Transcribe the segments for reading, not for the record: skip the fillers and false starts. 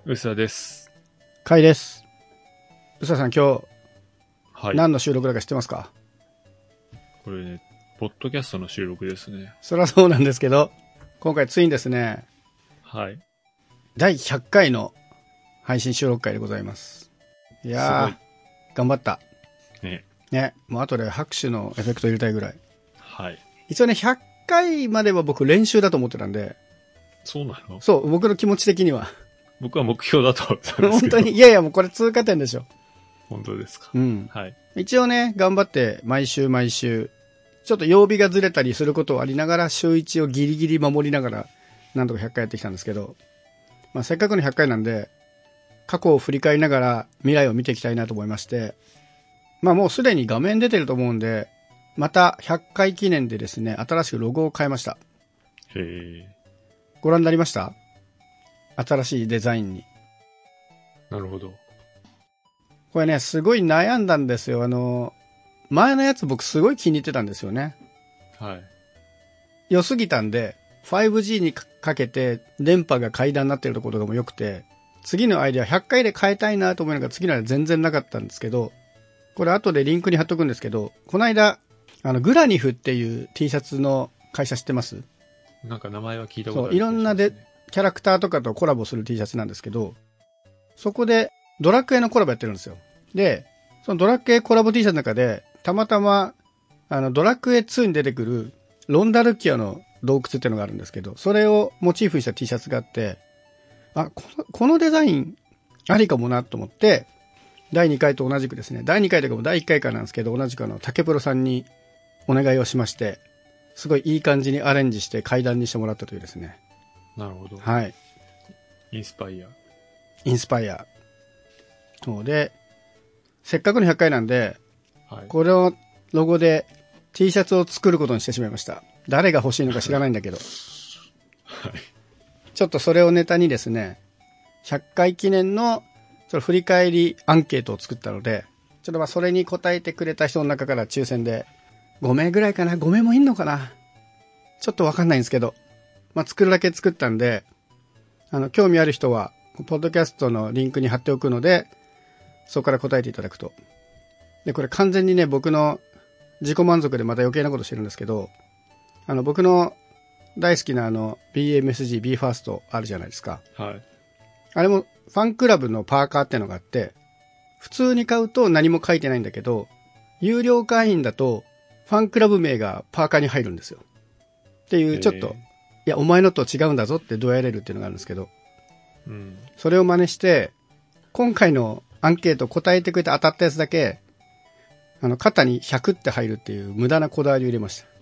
うさです。 かいです。うささん、今日、 はい。 何の収録だか知ってますか？ これね、ポッドキャストの収録ですね。 そりゃそうなんですけど、今回ついにですね、 はい。 第100回の配信収録会でございます。いすごやい。 ー、頑張った。 ね。 ね、もう後で拍手のエフェクト入れたいぐらい。 はい。 一応ね、100回までは僕練習だと思ってたんで、 そうなの？ そう、僕の気持ち的には。 僕は目標だと思ってたんですけど。 本当に、いやいや、もうこれ通過点でしょ。 本当ですか。 うん。 はい。 一応ね、頑張って毎週、ちょっと曜日がずれたりすることはありながら、週1をギリギリ守りながら、なんとか100回やってきたんですけど、まあ、せっかくの100回なんで、過去を振り返りながら未来を見ていきたいなと思いまして、まあもうすでに画面出てると思うんで、また100回記念でですね、新しくロゴを変えました。 へえ。 ご覧になりました？新しいデザインに。 なるほど。 これね、すごい悩んだんですよ。前のやつ僕すごい気に入ってたんですよね。 はい。 良すぎたんで、5G にかけて電波が階段になってるところがも良くて、次のアイデア100回で変えたいなと思いながら次のアイデア全然なかったんですけど、これ後でリンクに貼っとくんですけど、この間、グラニフっていう T シャツの会社知ってます？ なんか名前は聞いたことある、 そう、いろんなキャラクターとかとコラボする T シャツなんですけど、そこでドラクエのコラボやってるんですよ。で、そのドラクエコラボ T シャツの中で、たまたま、ドラクエ2に出てくるロンダルキアの洞窟っていうのがあるんですけど、それをモチーフにした T シャツがあって、このデザインありかもなと思って、第2回と同じくですね、第2回とかも第1回からなんですけど、同じく竹プロさんにお願いをしまして、すごいいい感じにアレンジして階段にしてもらったというですね。 なるほど。 はい。 インスパイア。 インスパイア。そうで、せっかくの100回なんで、 はい。 これをロゴで T シャツを作ることにしてしまいました。誰が欲しいのか知らないんだけど。 はい。 ちょっとそれをネタにですね、100回記念のその振り返りアンケートを作ったので、ちょっとまあそれに答えてくれた人の中から抽選で5名ぐらいかな？ 5 名もいんのかな？ちょっとわかんないんですけど、まあ作るだけ作ったんで、興味ある人は、ポッドキャストのリンクに貼っておくので、そこから答えていただくと。で、これ完全にね、僕の自己満足でまた余計なことしてるんですけど、僕の大好きなBMSG、BE:FIRST あるじゃないですか。 はい。 あれもファンクラブのパーカーってのがあって、普通に買うと何も書いてないんだけど、有料会員だとファンクラブ名がパーカーに入るんですよ。っていうちょっと、いや、お前のと違うんだぞってどうやれるっていうのがあるんですけど、 うん。 それを真似して、今回のアンケート答えてくれて当たったやつだけ、肩に100って入るっていう無駄なこだわりを入れました。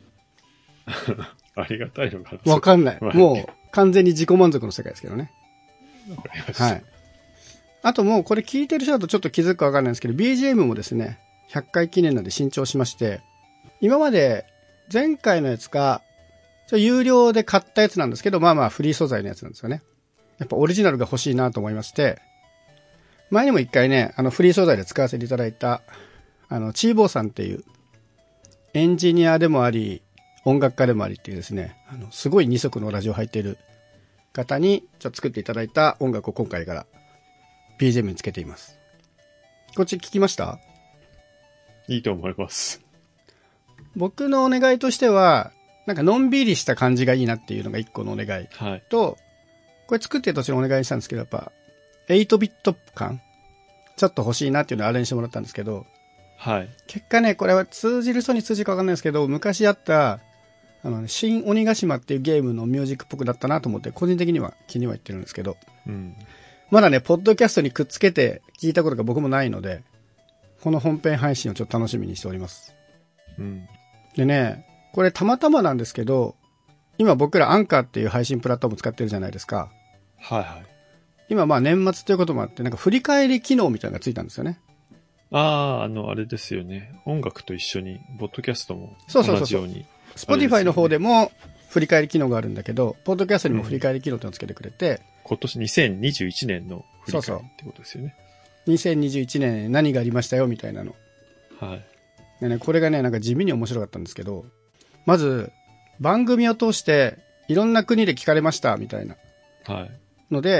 ありがたいのかな。 わかんない。もう完全に自己満足の世界ですけどね。 わかりました。 はい。あともうこれ聞いてる人だとちょっと気づくかわかんないんですけど、BGM もですね、100回記念なんで新調しまして、今まで前回のやつか、有料で買ったやつなんですけど、まあまあフリー素材のやつなんですよね。やっぱオリジナルが欲しいなと思いまして、前にも一回ね、フリー素材で使わせていただいた、チーボーさんっていうエンジニアでもあり、音楽家でもありっていうですね、すごい二足のラジオ入っている方にちょっと作っていただいた音楽を今回から BGM につけています。こっち聞きました？ いいと思います。 僕のお願いとしては、なんかのんびりした感じがいいなっていうのが一個のお願い。 はい。 と、これ作ってる途中にお願いしたんですけど、やっぱ、8ビット感ちょっと欲しいなっていうのをアレンジしてもらったんですけど、 はい。 結果ね、これは通じる人に通じるかわかんないですけど、昔あった、新鬼ヶ島っていうゲームのミュージックっぽくなったなと思って、個人的には気には入ってるんですけど、 うん。 まだね、ポッドキャストにくっつけて聞いたことが僕もないので、この本編配信をちょっと楽しみにしております。 うん。 でね、これたまたまなんですけど、今僕らアンカーっていう配信プラットフォーム使ってるじゃないですか。 はいはい。 今まあ年末ということもあって、なんか振り返り機能みたいなのがついたんですよね。 ああ、あれですよね。音楽と一緒に、ポッドキャストもそうそうそうそう同じように。 Spotify の方でも振り返り機能があるんだけど、ポッドキャストにも振り返り機能ってのをつけてくれて、 今年2021年の振り返りってことですよね。 2021年何がありましたよみたいなの。 はい。 でね、これがね、なんか地味に面白かったんですけど、まず、番組を通していろんな国で聞かれましたみたいなはい。 ので、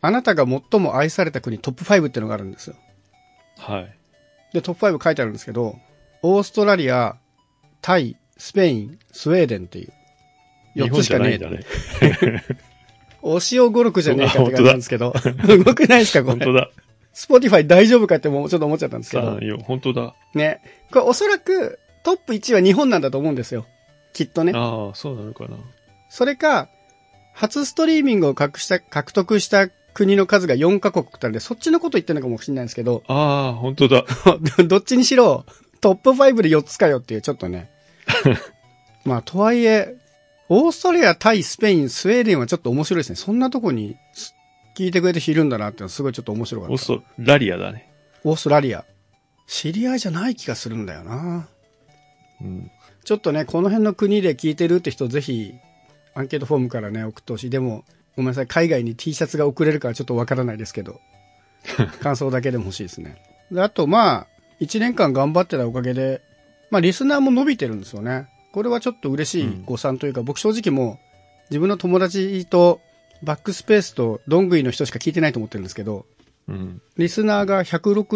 あなたが最も愛された国トップ5っていうのがあるんですよ。 はい。 で、トップ5書いてあるんですけど、オーストラリア、タイ、スペイン、スウェーデンっていう。4つしかねえ。 日本じゃないんだね。 お塩語録じゃねえかって感じなんですけど。動くないですかこれ。 本当だ。 スポティファイ大丈夫かってもうちょっと思っちゃったんですけど。 本当だ。 ね。これおそらくトップ1は日本なんだと思うんですよ。きっとね。 ああ、そうなのかな。 それか、初ストリーミングを獲得した国の数が4カ国ってあるんで、そっちのこと言ってるのかもしれないんですけど。 ああ、本当だ。 どっちにしろ、トップ5で4つかよっていう、ちょっとね。まあ、とはいえ、オーストラリア、タイ、スペイン、スウェーデンはちょっと面白いですね。そんなとこに聞いてくれているんだなっていうのはすごいちょっと面白かった。 オーストラリアだね。 オーストラリア。知り合いじゃない気がするんだよな。 うん。 ちょっとね、この辺の国で聞いてるって人ぜひ、アンケートフォームからね、送ってほしい。でも、ごめんなさい、海外に T シャツが送れるからちょっとわからないですけど、感想だけでも欲しいですね。で、あと、まあ、1年間頑張ってたおかげで、まあ、リスナーも伸びてるんですよね。これはちょっと嬉しい誤算というか、僕正直もう、自分の友達と、バックスペースとどんぐりの人しか聞いてないと思ってるんですけど、 うん。 リスナーが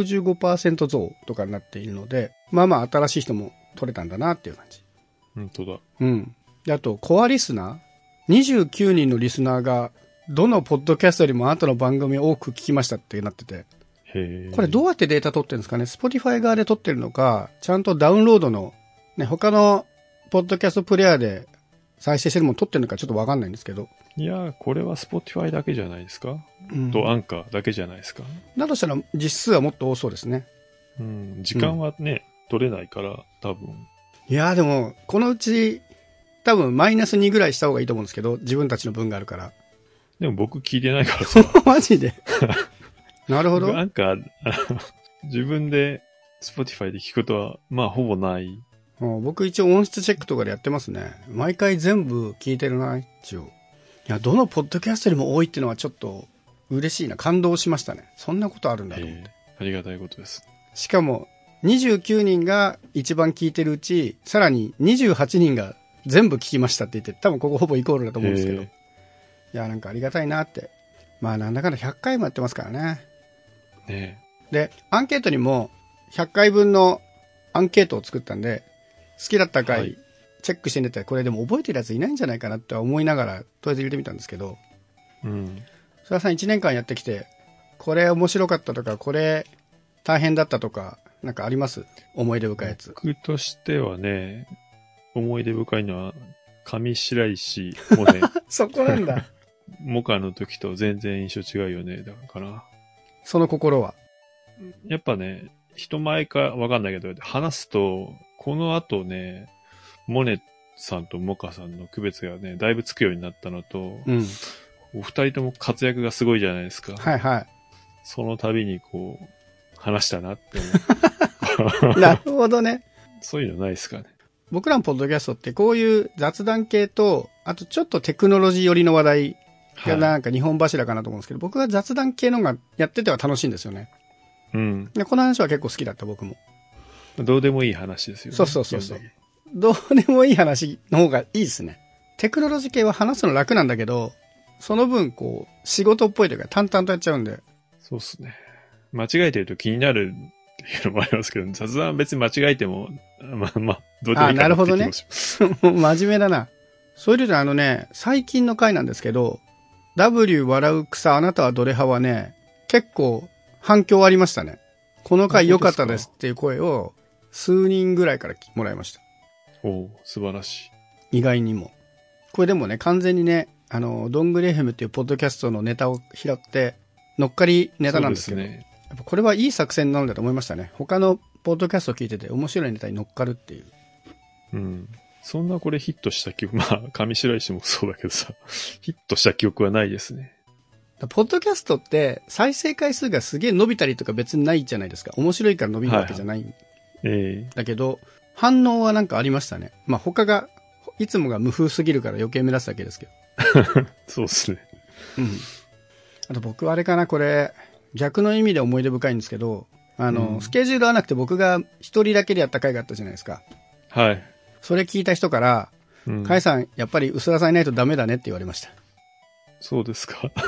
165% 増とかになっているので、まあまあ新しい人も取れたんだなっていう感じ。 本当だ。 うん。で、あと、コアリスナー ?29 人のリスナーが、どのポッドキャストよりもあなたの番組を多く聞きましたってなってて。 へえ。 これどうやってデータ取ってるんですかね？ Spotify 側で取ってるのか、ちゃんとダウンロードの、ね、他のポッドキャストプレイヤーで再生してるもの取ってるのかちょっとわかんないんですけど。 いや、これは Spotify だけじゃないですか、 うん、 とアンカーだけじゃないですか。 だとしたら実数はもっと多そうですね。 うん。時間はね、取れないから、多分。 いやーでも、このうち、多分マイナス2ぐらいした方がいいと思うんですけど、自分たちの分があるから。 でも僕聞いてないからさ。 マジでなるほど。 なんか、自分で Spotify で聞くことは、まあほぼない。 僕一応音質チェックとかでやってますね。毎回全部聞いてるな、一応。いや、どのポッドキャストよりも多いっていうのはちょっと嬉しいな。感動しましたね。そんなことあるんだと思って。 ありがたいことです。しかも、29人が一番聞いてるうち、さらに28人が全部聞きましたって言って、多分ここほぼイコールだと思うんですけど。いや、なんかありがたいなって。まあなんだかんだ100回もやってますからね。 ねで、アンケートにも100回分のアンケートを作ったんで、好きだった回、チェックしてみたら、これでも覚えてるやついないんじゃないかなって思いながら、とりあえず入れてみたんですけど、 うん。 そらさん1年間やってきて、これ面白かったとか、これ大変だったとか、なんかあります？思い出深いやつ。 僕としてはね、思い出深いのは、上白石もね、 そこなんだ。 モカの時と全然印象違うよね、だから。 その心は？ やっぱね、人前かわかんないけど、話すと、この後ね、モネさんとモカさんの区別がね、だいぶつくようになったのと、 うん。 お二人とも活躍がすごいじゃないですか。 はいはい。 その度にこう、話したなって思う。なるほどね。 そういうのないですかね。 僕らのポッドキャストってこういう雑談系と、あとちょっとテクノロジー寄りの話題がなんか日本柱かなと思うんですけど、僕は雑談系のがやってては楽しいんですよね。 うん。 でこの話は結構好きだった僕も。 どうでもいい話ですよね。 そう。どうでもいい話の方がいいですね。テクノロジー系は話すの楽なんだけど、その分こう、仕事っぽいというか淡々とやっちゃうんで。 そうっすね。間違えてると気になるっていうのもありますけど、雑談は別に間違えても、まあ、どうでもいいかなって気もします。 なるほどね。真面目だな。そういうので最近の回なんですけど、W 笑う草あなたはどれ派はね、結構反響ありましたね。この回良かったですっていう声を数人ぐらいからもらいました。 お素晴らしい。意外にも。これでもね、完全にね、どんぐり FM っていうポッドキャストのネタを拾って、乗っかりネタなんですけど、ね、やっぱこれはいい作戦なんだと思いましたね。他のポッドキャストを聞いてて面白いネタに乗っかるっていう。 うん。そんなこれヒットした記憶、まあ、上白石もそうだけどさ、ヒットした記憶はないですね。 ポッドキャストって再生回数がすげえ伸びたりとか別にないじゃないですか。面白いから伸びるわけじゃない。だけど、反応はなんかありましたね。まあ他が、いつもが無風すぎるから余計目立つだけですけど。 そうですね。 うん。あと僕はあれかな、これ、逆の意味で思い出深いんですけど、スケジュール合わなくて僕が一人だけでやった回があったじゃないですか。 はい。 それ聞いた人から、カイさん、やっぱり薄田さんいないとダメだねって言われました。 そうですか。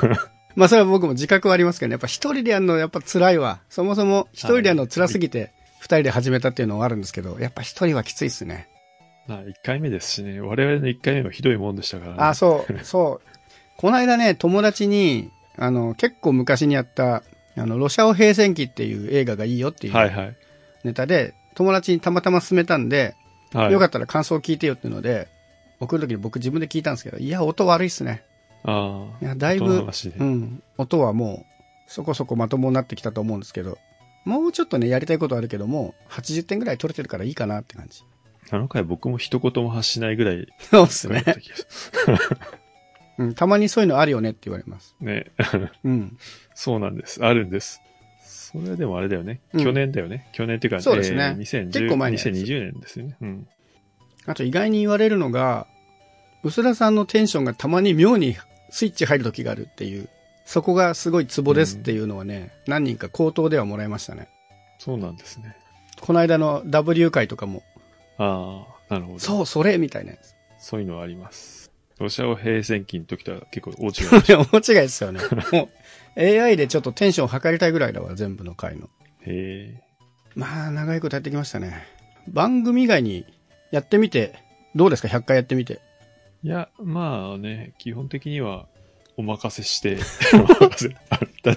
まあそれは僕も自覚はありますけどね。やっぱ一人でやるのやっぱ辛いわ。そもそも一人でやるの辛すぎて二人で始めたっていうのはあるんですけど、やっぱ一人はきついっすね。 まあ、1回目ですしね。我々の1回目もひどいもんでしたからね。 あ、そう、そう。この間ね、友達に、結構昔にやった、ロシアオ平戦記っていう映画がいいよっていうはいはい。 ネタで、友達にたまたま勧めたんで、 はい。 よかったら感想を聞いてよっていうので、送るときに僕自分で聞いたんですけど、いや、音悪いっすね。 ああ。 いや、だい音のぶ、 話で音はもう、そこそこまともになってきたと思うんですけど、もうちょっとね、やりたいことあるけども、80点ぐらい取れてるからいいかなって感じ。 あの回僕も一言も発しないぐらい。 そうっすねだった気がすたまにそういうのあるよねって言われます。 るね。 うん。 そうなんです。あるんです。それでもあれだよね。 うん去年だよね。去年っていうか、 そうですね 2010 結構前のやつ 2020年ですよね。うん。 あと意外に言われるのが、薄田さんのテンションがたまに妙にスイッチ入る時があるっていう、そこがすごいツボですっていうのはね、何人か口頭ではもらいましたね。 そうなんですね。 この間の W 会とかも、 ああ、なるほど。 そう、それみたいなやつ。 そういうのはあります。ロシア語平戦期の時とは結構大違いでいしや、大違いですよね。もう、AI でちょっとテンション測りたいぐらいだわ、全部の回の。 た。へえ。 まあ、長いことやってきましたね。番組以外にやってみて、どうですか ?100 回やってみて。 いや、まあね、基本的にはお任せして、お任せだって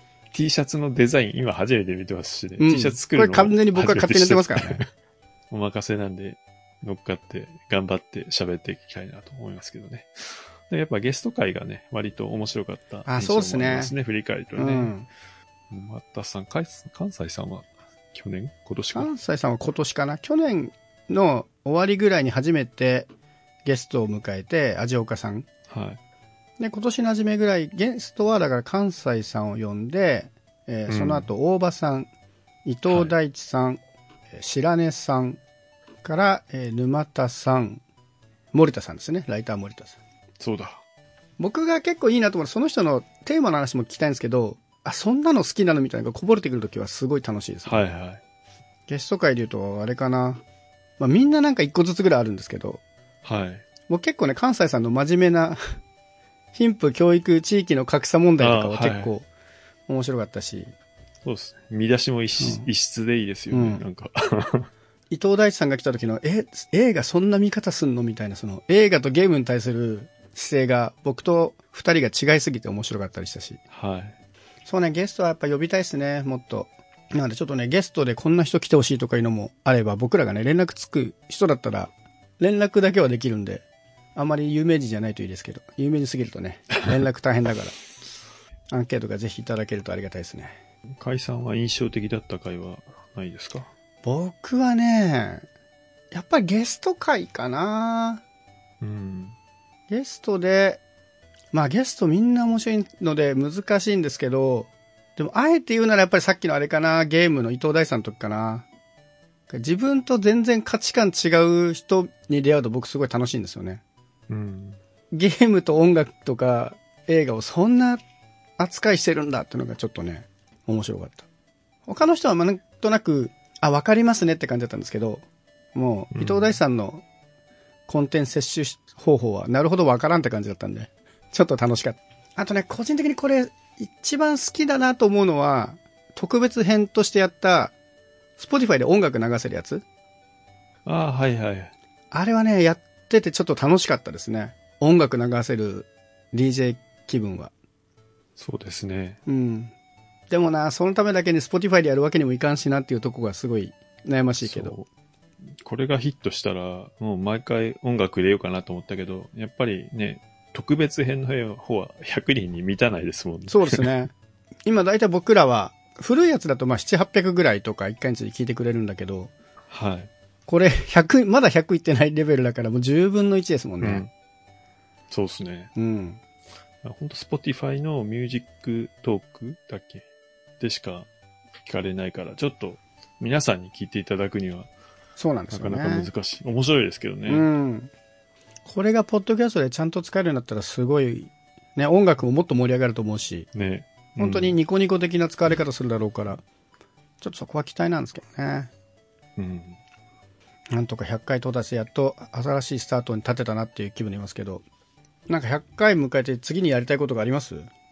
、T シャツのデザイン今初めて見てますしね。 うん T シャツ作るのこれ完全に僕は勝手にやってますからね。 お任せなんで、乗っかって、頑張って喋っていきたいなと思いますけどね。でやっぱゲスト会がね、割と面白かったあそうっすね印象もありますね。振り返るとね。 うん。 またさん、関西さんは去年今年か。 関西さんは今年かな去年の終わりぐらいに初めてゲストを迎えて、味岡さん。 はい。 で、今年の初めぐらい、ゲストはだから関西さんを呼んで、その後大場さん、伊藤大地さん、白根さんから、沼田さん、森田さんですね。ライター森田さん。 そうだ。 僕が結構いいなと思うのはその人のテーマの話も聞きたいんですけど、あ、そんなの好きなのみたいなのがこぼれてくるときはすごい楽しいです、ね。 はいはい。 ゲスト会で言うと、あれかな。まあみんななんか一個ずつぐらいあるんですけど、 はい。 僕結構ね、関西さんの真面目な貧富教育地域の格差問題とかは結構面白かったし、 そうですね。見出しも異質でいいですよね。 うんなんか。 伊藤大地さんが来た時の、映画そんな見方すんのみたいな、その映画とゲームに対する姿勢が僕と二人が違いすぎて面白かったりしたし。 はい。 そうね、ゲストはやっぱ呼びたいですね、もっと。なのでちょっとね、ゲストでこんな人来てほしいとかいうのもあれば、僕らがね、連絡つく人だったら、連絡だけはできるんで、あんまり有名人じゃないといいですけど、有名人すぎるとね、連絡大変だから、アンケートがぜひいただけるとありがたいですね。 解散は印象的だった回はないですか？ 僕はね、やっぱりゲスト会かな。 うん。 ゲストで、まあゲストみんな面白いので難しいんですけど、でもあえて言うならやっぱりさっきのあれかな、ゲームの伊藤大さんの時かな。自分と全然価値観違う人に出会うと僕すごい楽しいんですよね。 うん。 ゲームと音楽とか映画をそんな扱いしてるんだっていうのがちょっとね、面白かった。他の人はなんとなく、あ、わかりますねって感じだったんですけど、もう伊藤大さんのコンテンツ摂取方法はなるほどわからんって感じだったんで、ちょっと楽しかった。あとね、個人的にこれ一番好きだなと思うのは、特別編としてやった、Spotify で音楽流せるやつ。 ああ、はいはい。 あれはね、やっててちょっと楽しかったですね。音楽流せる DJ 気分は。 そうですね。 うん。でもな、そのためだけに Spotify でやるわけにもいかんしなっていうとこがすごい悩ましいけど。 そうこれがヒットしたら、もう毎回音楽入れようかなと思ったけど、やっぱりね、特別編の方は100人に満たないですもんね。 そうですね。今だいたい僕らは、古いやつだとまあ7、800ぐらいとか1回について聞いてくれるんだけど、 はい。 これ100、まだ100いってないレベルだからもう10分の1ですもんうん。 ね。 そうですね。 うん。 本当 Spotify のミュージックトークだっけでしか聞かれないから、ちょっと皆さんに聞いていただくには、 そうなんですよね。 なかなか難しい。面白いですけどね。 うん。これがポッドキャストでちゃんと使えるようになったらすごい、ね、音楽ももっと盛り上がると思うし、 ね。 本当にニコニコ的な使われ方するだろうから、ちょっとそこは期待なんですけどね。 うん。 なんとか100回到達でやっと新しいスタートに立てたなっていう気分でいますけど、なんか100回迎えて次にやりたいことがあります？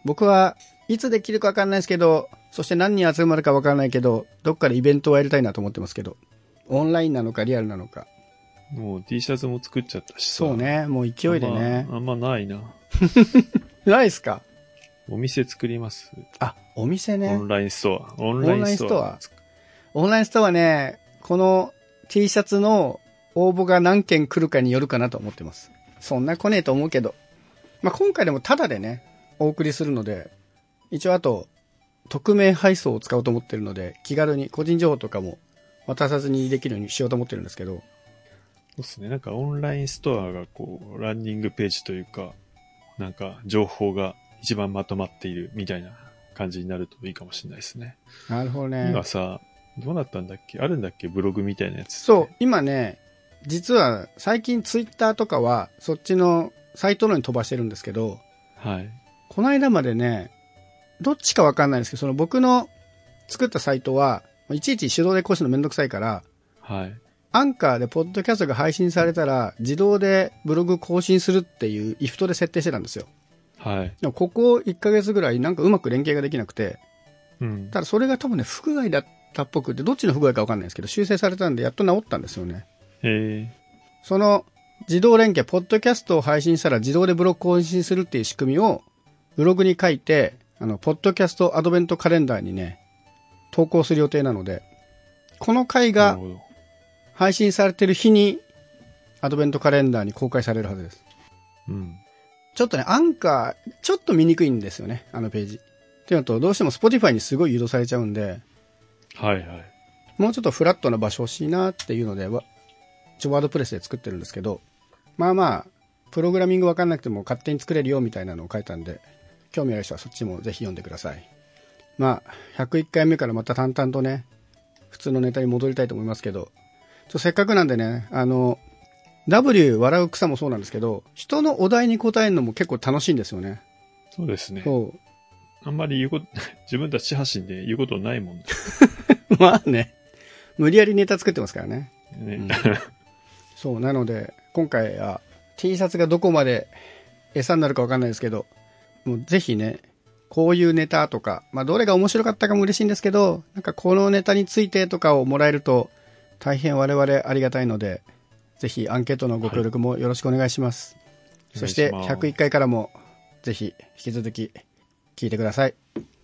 僕はいつできるかわかんないですけど、そして何人集まるかわからないけど、どっかでイベントをやりたいなと思ってますけど、オンラインなのかリアルなのか。 もう T シャツも作っちゃったしさ。 そうね、もう勢いでね。 あんまないな。 ないっすか？ お店作ります。 あ、お店ね。 オンラインストア。 オンラインストアね、この T シャツの応募が何件来るかによるかなと思ってます。そんな来ねえと思うけど。まあ、今回でもタダでね、お送りするので、一応あと、匿名配送を使おうと思ってるので、気軽に個人情報とかも渡さずにできるようにしようと思ってるんですけど。 そうですね。なんかオンラインストアがこう、ランニングページというか、なんか情報が一番まとまっているみたいな感じになるといいかもしれないですね。 なるほどね。 今さ、どうなったんだっけ？あるんだっけ？ブログみたいなやつ。 そう、今ね、実は最近ツイッターとかはそっちのサイトのに飛ばしてるんですけど、 はい。 この間までね、どっちかわかんないんですけど、その僕の作ったサイトは、いちいち手動で更新のめんどくさいから、 はい。 アンカーでポッドキャストが配信されたら自動でブログ更新するっていうイフトで設定してたんですよ。 はい。 でもここ1ヶ月ぐらいなんかうまく連携ができなくて、 うん。 ただそれが多分ね、不具合だったっぽくて、どっちの不具合かわかんないんですけど、修正されたんでやっと治ったんですよね。その自動連携、ポッドキャストを配信したら自動でブログ更新するっていう仕組みをブログに書いて、ポッドキャストアドベントカレンダーにね、投稿する予定なので、この回が配信されてる日にアドベントカレンダーに公開されるはずです。 うん。 ちょっとね、アンカー、ちょっと見にくいんですよね、あのページ。っていうのと、どうしても Spotify にすごい誘導されちゃうんで、 はいはい。 もうちょっとフラットな場所欲しいなっていうので、ワードプレスで作ってるんですけど、まあまあ、プログラミングわかんなくても勝手に作れるよみたいなのを書いたんで、興味ある人はそっちもぜひ読んでください。まあ、101回目からまた淡々とね、普通のネタに戻りたいと思いますけど、せっかくなんでね、W 笑う草もそうなんですけど、人のお題に答えるのも結構楽しいんですよね。 そうですね。 そう。 あんまり自分たち発信で言うことないもんね。 まあね、無理やりネタ作ってますからね。 ね。 うん、そう、なので、今回は T シャツがどこまで餌になるかわかんないですけど、もうぜひね、こういうネタとか、まあどれが面白かったかも嬉しいんですけど、なんかこのネタについてとかをもらえると大変我々ありがたいので、ぜひアンケートのご協力もよろしくお願いします。はい、そして101回からもぜひ引き続き聞いてください。